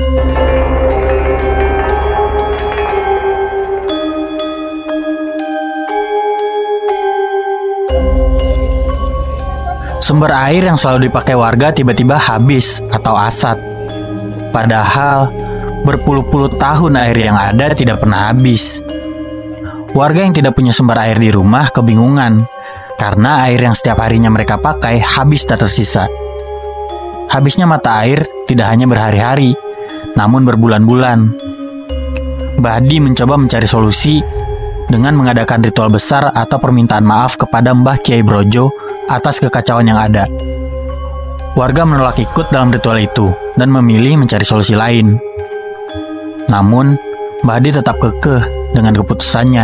Sumber air yang selalu dipakai warga tiba-tiba habis atau asat. Padahal berpuluh-puluh tahun air yang ada tidak pernah habis. Warga yang tidak punya sumber air di rumah kebingungan karena air yang setiap harinya mereka pakai habis tak tersisa. Habisnya mata air tidak hanya berhari-hari, namun berbulan-bulan. Bahdi mencoba mencari solusi dengan mengadakan ritual besar atau permintaan maaf kepada Mbah Kiai Brojo atas kekacauan yang ada. Warga menolak ikut dalam ritual itu dan memilih mencari solusi lain. Namun, Bahdi tetap kekeh dengan keputusannya.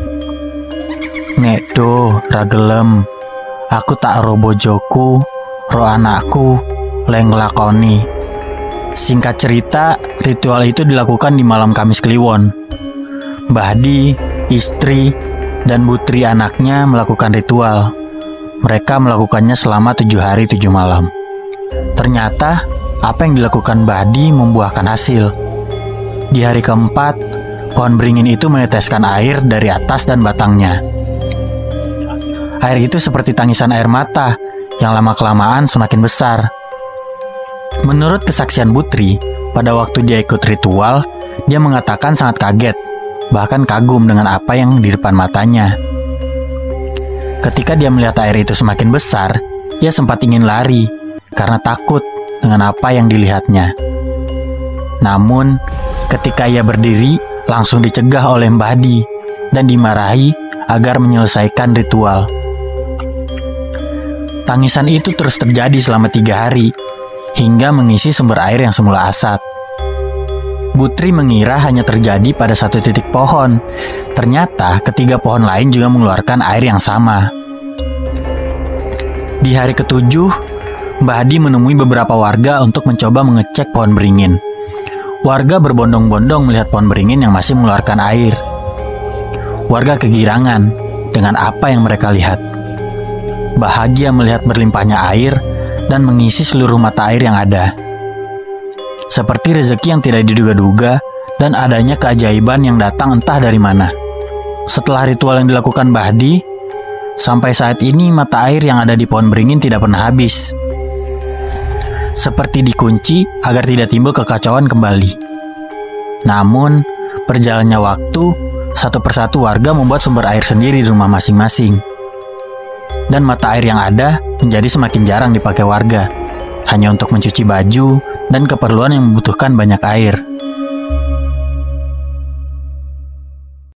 Nek do ragelem, aku tak ro bojoku, ro anakku, leng lakoni. Singkat cerita, ritual itu dilakukan di malam Kamis Kliwon. Bahdi, istri, dan putri anaknya melakukan ritual. Mereka melakukannya selama 7 hari 7 malam. Ternyata, apa yang dilakukan Bahdi membuahkan hasil. Di hari keempat, pohon beringin itu meneteskan air dari atas dan batangnya. Air itu seperti tangisan air mata yang lama-kelamaan semakin besar. Menurut kesaksian Putri, pada waktu dia ikut ritual, dia mengatakan sangat kaget, bahkan kagum dengan apa yang di depan matanya. Ketika dia melihat air itu semakin besar, ia sempat ingin lari karena takut dengan apa yang dilihatnya. Namun, ketika ia berdiri, langsung dicegah oleh Mbah Di dan dimarahi agar menyelesaikan ritual. Tangisan itu terus terjadi selama 3 hari, hingga mengisi sumber air yang semula asat. Putri mengira hanya terjadi pada satu titik pohon. Ternyata ketiga pohon lain juga mengeluarkan air yang sama. Di hari ke-7, Mbah Di menemui beberapa warga untuk mencoba mengecek pohon beringin. Warga berbondong-bondong melihat pohon beringin yang masih mengeluarkan air. Warga kegirangan dengan apa yang mereka lihat. Bahagia melihat berlimpahnya air dan mengisi seluruh mata air yang ada. Seperti rezeki yang tidak diduga-duga dan adanya keajaiban yang datang entah dari mana. Setelah ritual yang dilakukan Bahdi, sampai saat ini mata air yang ada di pohon beringin tidak pernah habis. Seperti dikunci agar tidak timbul kekacauan kembali. Namun, berjalannya waktu, satu persatu warga membuat sumber air sendiri di rumah masing-masing. Dan mata air yang ada menjadi semakin jarang dipakai warga, hanya untuk mencuci baju dan keperluan yang membutuhkan banyak air.